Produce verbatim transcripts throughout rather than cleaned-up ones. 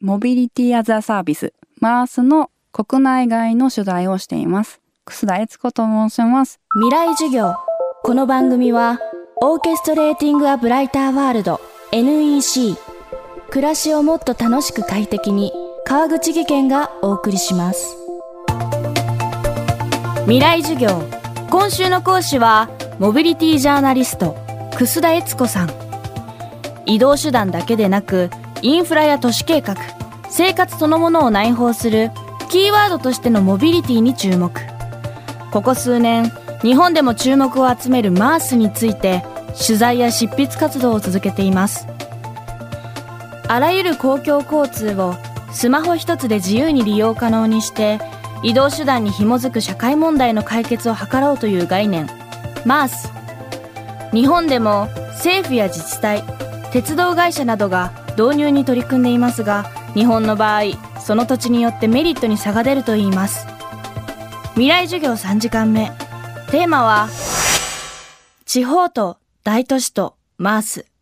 モビリティアザサービスマースの国内外の取材をしています。楠田悦子と申します。 未来授業。この番組はオーケストレーティングアブライターワールド エヌイーシー 暮らしをもっと楽しく快適に川口義賢がお送りします。未来授業。今週の講師はモビリティジャーナリスト楠田悦子さん。移動手段だけでなくインフラや都市計画、生活そのものを内包するキーワードとしてのモビリティに注目。ここ数年日本でも注目を集めるマースについて取材や執筆活動を続けています。あらゆる公共交通をスマホ一つで自由に利用可能にして移動手段に紐づく社会問題の解決を図ろうという概念、マース。日本でも政府や自治体、鉄道会社などが導入に取り組んでいますが、日本の場合その土地によってメリットに差が出るといいます。未来授業さんじかんめ、テーマは地方と大都市とマース。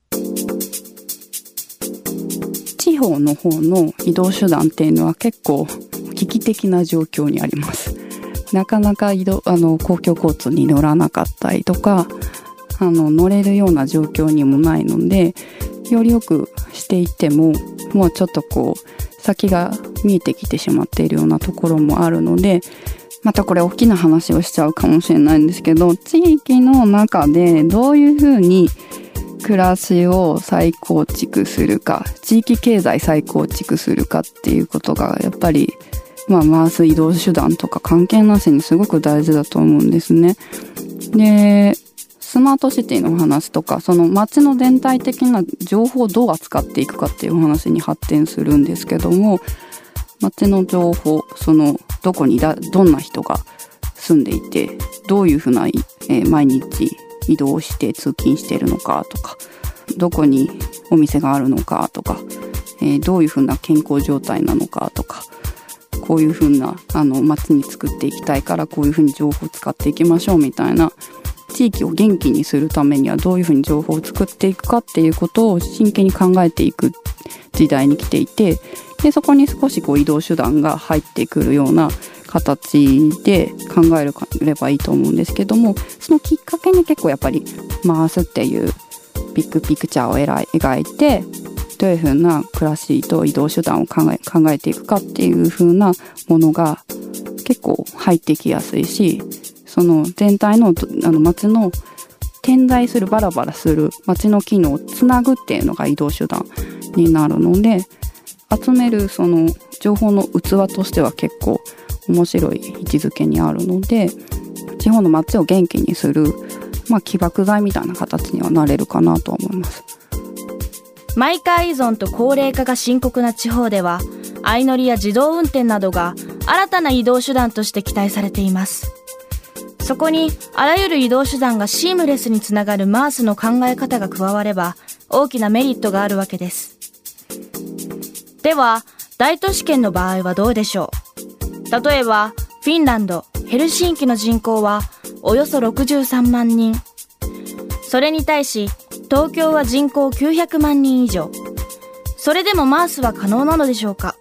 地方の方の移動手段っていうのは結構危機的な状況にあります。なかなか移動あの公共交通に乗らなかったりとか、あの乗れるような状況にもないので、よりよくしていってももうちょっとこう先が見えてきてしまっているようなところもあるので、またこれ大きな話をしちゃうかもしれないんですけど、地域の中でどういうふうに暮らしを再構築するか、地域経済再構築するかっていうことがやっぱりまあマース移動手段とか関係なしにすごく大事だと思うんですね。で、スマートシティの話とか、その街の全体的な情報をどう扱っていくかっていう話に発展するんですけども、街の情報、そのどこにだどんな人が住んでいて、どういうふうな、えー、毎日移動して通勤しているのかとか、どこにお店があるのかとか、えー、どういうふうな健康状態なのかとか、こういうふうなあの街に作っていきたいからこういうふうに情報を使っていきましょうみたいな、地域を元気にするためにはどういうふうに情報を作っていくかっていうことを真剣に考えていく時代に来ていて、でそこに少しこう移動手段が入ってくるような形で考えればいいと思うんですけども、そのきっかけに結構やっぱりマースっていうビッグピクチャーを描いて、どういうふうな暮らしと移動手段を考え、考えていくかっていうふうなものが結構入ってきやすいし、その全体のあの街の点在するバラバラする街の機能をつなぐっていうのが移動手段になるので、集めるその情報の器としては結構面白い位置づけにあるので、地方の街を元気にする、まあ、起爆剤みたいな形にはなれるかなと思います。 マイカー依存と高齢化が深刻な地方では、相乗りや自動運転などが新たな移動手段として期待されています。そこにあらゆる移動手段がシームレスにつながるマースの考え方が加われば大きなメリットがあるわけです。では大都市圏の場合はどうでしょう。例えばフィンランドヘルシンキの人口はおよそろくじゅうさんまんにん。それに対し東京は人口きゅうひゃくまんにん以上。それでもマースは可能なのでしょうか。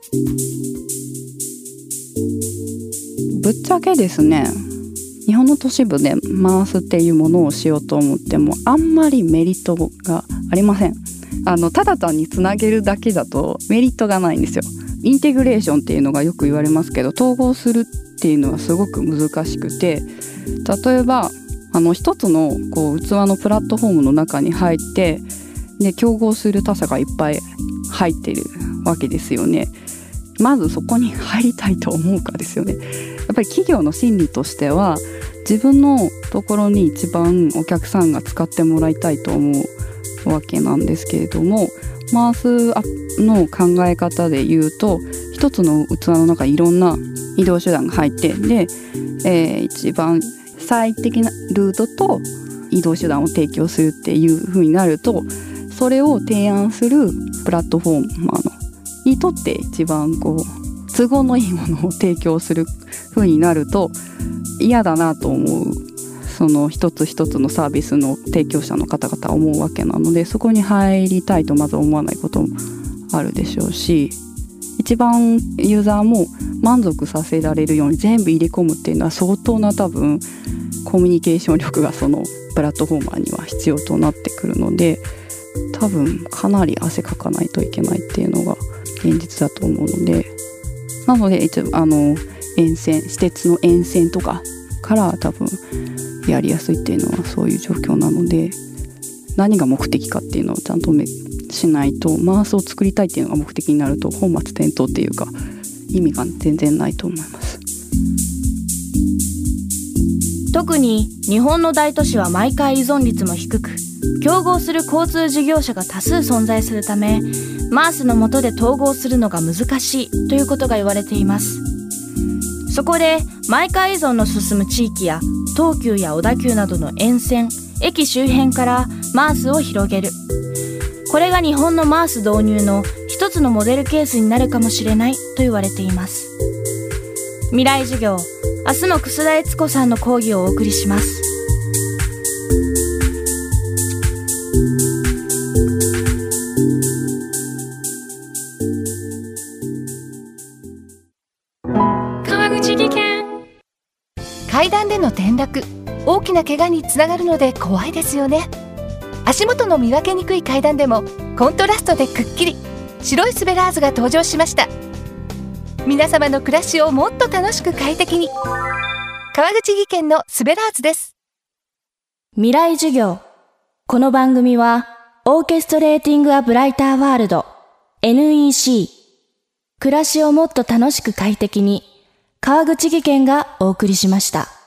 ぶっちゃけですね、日本の都市部でマースっていうものをしようと思ってもあんまりメリットがありません。あのただ単につなげるだけだとメリットがないんですよ。インテグレーションっていうのがよく言われますけど、統合するっていうのはすごく難しくて、例えばあの一つのこう器のプラットフォームの中に入ってで競合する他社がいっぱい入ってるわけですよね。まずそこに入りたいと思うかですよね。やっぱり企業の心理としては自分のところに一番お客さんが使ってもらいたいと思うわけなんですけれども、マースの考え方で言うと、一つの器の中にいろんな移動手段が入って、で、えー、一番最適なルートと移動手段を提供するっていう風になると、それを提案するプラットフォーマーのにとって一番こう都合のいいものを提供する風になると嫌だなと思う、その一つ一つのサービスの提供者の方々は思うわけなので、そこに入りたいとまず思わないこともあるでしょうし、 一番ユーザーも満足させられるように全部入れ込むっていうのは相当な多分コミュニケーション力がそのプラットフォーマーには必要となってくるので、多分かなり汗かかないといけないっていうのが現実だと思うので、なので一応あの沿線私鉄の沿線とかから多分やりやすいっていうのはそういう状況なので、何が目的かっていうのをちゃんとしないと、マースを作りたいっていうのが目的になると本末転倒っていうか意味が全然ないと思います。 特に日本の大都市は毎回依存率も低く、競合する交通事業者が多数存在するため、マースの下で統合するのが難しいということが言われています。そこでマイカー依存の進む地域や東急や小田急などの沿線、駅周辺からマースを広げる。これが日本のマース導入の一つのモデルケースになるかもしれないと言われています。未来授業、明日も楠田悦子さんの講義をお送りします。 川口技研。階段での転落、大きな怪我につながるので怖いですよね。足元の見分けにくい階段でもコントラストでくっきり白いスベラーズが登場しました。皆様の暮らしをもっと楽しく快適に、川口技研のスベラーズです。 未来授業。この番組はオーケストレーティングアブライターワールド エヌイーシー 暮らしをもっと楽しく快適に、川口技研がお送りしました。